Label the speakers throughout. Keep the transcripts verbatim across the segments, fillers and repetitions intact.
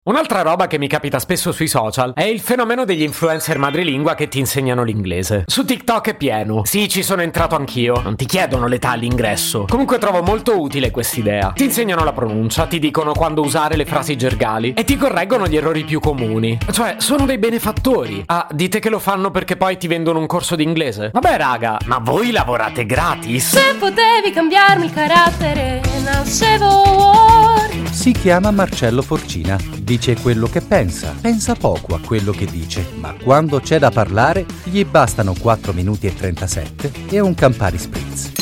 Speaker 1: Un'altra roba che mi capita spesso sui social è il fenomeno degli influencer madrelingua che ti insegnano l'inglese. Su TikTok è pieno. Sì, ci sono entrato anch'io. Non ti chiedono l'età all'ingresso. Comunque trovo molto utile quest'idea. Ti insegnano la pronuncia, ti dicono quando usare le frasi gergali e ti correggono gli errori più comuni. Cioè, sono dei benefattori. Ah, dite che lo fanno perché poi ti vendono un corso di inglese? Vabbè, raga, ma voi lavorate gratis?
Speaker 2: Se potevi cambiarmi il carattere, nascevo Word.
Speaker 3: Si chiama Marcello Forcina. Dice quello che pensa, pensa poco a quello che dice, ma quando c'è da parlare gli bastano quattro minuti e trentasette e un Campari Spritz.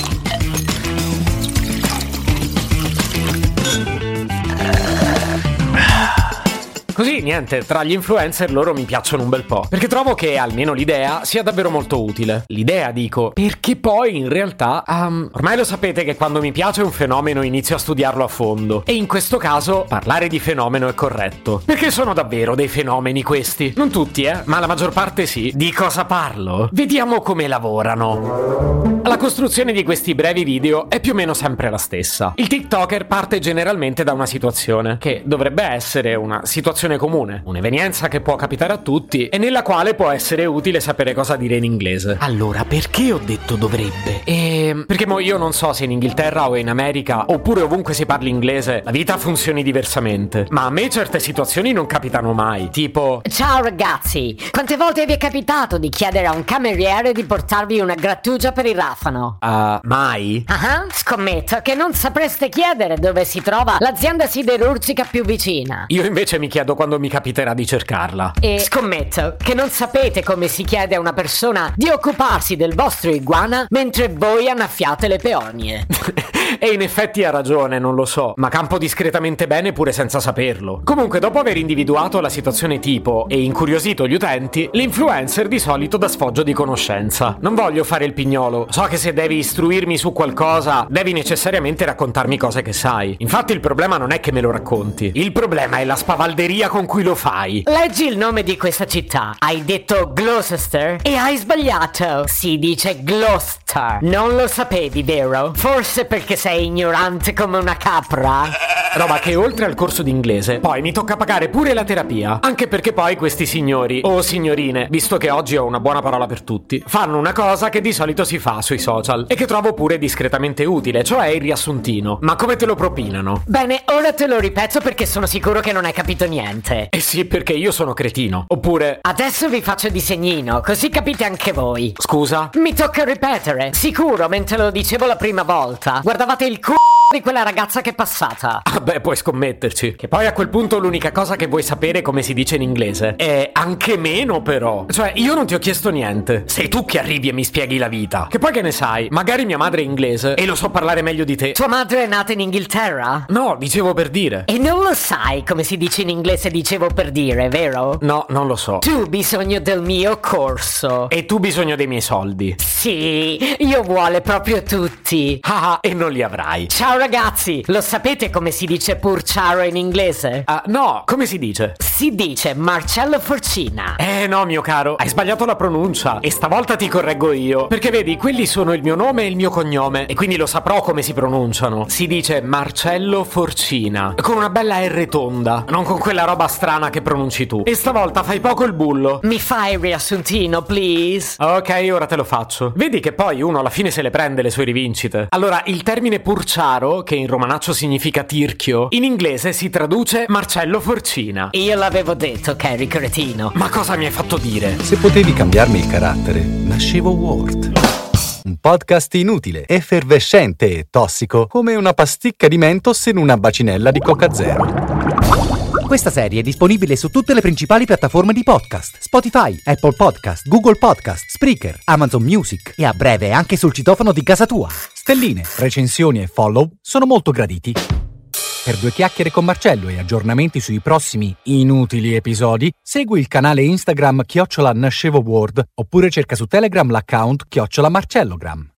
Speaker 1: Così, niente, tra gli influencer loro mi piacciono un bel po', perché trovo che almeno l'idea sia davvero molto utile. L'idea, dico, perché poi in realtà um, ormai lo sapete che quando mi piace un fenomeno inizio a studiarlo a fondo, e in questo caso parlare di fenomeno è corretto, perché sono davvero dei fenomeni questi. Non tutti, eh, ma la maggior parte sì. Di cosa parlo? Vediamo come lavorano. La costruzione di questi brevi video è più o meno sempre la stessa. Il TikToker parte generalmente da una situazione, che dovrebbe essere una situazione comune, un'evenienza che può capitare a tutti e nella quale può essere utile sapere cosa dire in inglese. Allora, perché ho detto dovrebbe? Ehm, perché mo io non so se in Inghilterra o in America, oppure ovunque si parli inglese, la vita funzioni diversamente, ma a me certe situazioni non capitano mai, tipo:
Speaker 4: ciao ragazzi, quante volte vi è capitato di chiedere a un cameriere di portarvi una grattugia per il rafano?
Speaker 1: Uh, mai?
Speaker 4: Ah, scommetto che non sapreste chiedere dove si trova l'azienda siderurgica più vicina.
Speaker 1: Io invece mi chiedo quando mi capiterà di cercarla.
Speaker 4: E scommetto che non sapete come si chiede a una persona di occuparsi del vostro iguana mentre voi annaffiate le peonie.
Speaker 1: E in effetti ha ragione, non lo so, ma campo discretamente bene pure senza saperlo. Comunque, dopo aver individuato la situazione tipo e incuriosito gli utenti, l'influencer di solito dà sfoggio di conoscenza. Non voglio fare il pignolo, so che se devi istruirmi su qualcosa devi necessariamente raccontarmi cose che sai. Infatti il problema non è che me lo racconti, il problema è la spavalderia con cui lo fai.
Speaker 4: Leggi il nome di questa città. Hai detto Gloucester e hai sbagliato. Si dice Gloucester. Non lo sapevi, vero? Forse perché sei ignorante come una capra?
Speaker 1: Roba che oltre al corso di inglese poi mi tocca pagare pure la terapia, anche perché poi questi signori o signorine, visto che oggi ho una buona parola per tutti, fanno una cosa che di solito si fa sui social e che trovo pure discretamente utile, cioè il riassuntino. Ma come te lo propinano?
Speaker 4: Bene, ora te lo ripeto perché sono sicuro che non hai capito niente.
Speaker 1: Eh sì, perché io sono cretino. Oppure:
Speaker 4: adesso vi faccio disegnino, così capite anche voi.
Speaker 1: Scusa?
Speaker 4: Mi tocca ripetere. Sicuro, mentre lo dicevo la prima volta guardavate il c***o di quella ragazza che è passata.
Speaker 1: Ah beh, puoi scommetterci. Che poi a quel punto l'unica cosa che vuoi sapere come si dice in inglese è anche meno, però. Cioè, io non ti ho chiesto niente. Sei tu che arrivi e mi spieghi la vita. Che poi che ne sai? Magari mia madre è inglese e lo so parlare meglio di te.
Speaker 4: Tua madre è nata in Inghilterra?
Speaker 1: No, dicevo per dire.
Speaker 4: E non lo sai come si dice in inglese dicevo per dire, vero?
Speaker 1: No, non lo so.
Speaker 4: Tu hai bisogno del mio corso.
Speaker 1: E tu bisogno dei miei soldi.
Speaker 4: Sì, io vuole proprio tutti.
Speaker 1: Ah, e non li avrai.
Speaker 4: Ciao ragazzi, lo sapete come si dice purciaro in inglese?
Speaker 1: Ah, no, come si dice?
Speaker 4: Si dice Marcello Forcina.
Speaker 1: Eh no, mio caro, hai sbagliato la pronuncia e stavolta ti correggo io. Perché vedi, quelli sono il mio nome e il mio cognome e quindi lo saprò come si pronunciano. Si dice Marcello Forcina, con una bella R tonda, non con quella roba strana che pronunci tu. E stavolta fai poco il bullo.
Speaker 4: Mi fai il riassuntino, please?
Speaker 1: Ok, ora te lo faccio. Vedi che poi uno alla fine se le prende le sue rivincite. Allora, il termine purciaro, che in romanaccio significa tirchio, in inglese si traduce Marcello Forcina.
Speaker 4: Io l'avevo detto che eri cretino.
Speaker 1: Ma cosa mi hai fatto dire?
Speaker 3: Se potevi cambiarmi il carattere, nascevo Word. Un podcast inutile, effervescente e tossico, come una pasticca di Mentos in una bacinella di Coca Zero.
Speaker 5: Questa serie è disponibile su tutte le principali piattaforme di podcast: Spotify, Apple Podcast, Google Podcast, Spreaker, Amazon Music e a breve anche sul citofono di casa tua.
Speaker 3: Stelline, recensioni e follow sono molto graditi. Per due chiacchiere con Marcello e aggiornamenti sui prossimi inutili episodi, segui il canale Instagram chiocciola Nascevo Word oppure cerca su Telegram l'account chiocciola Marcellogram.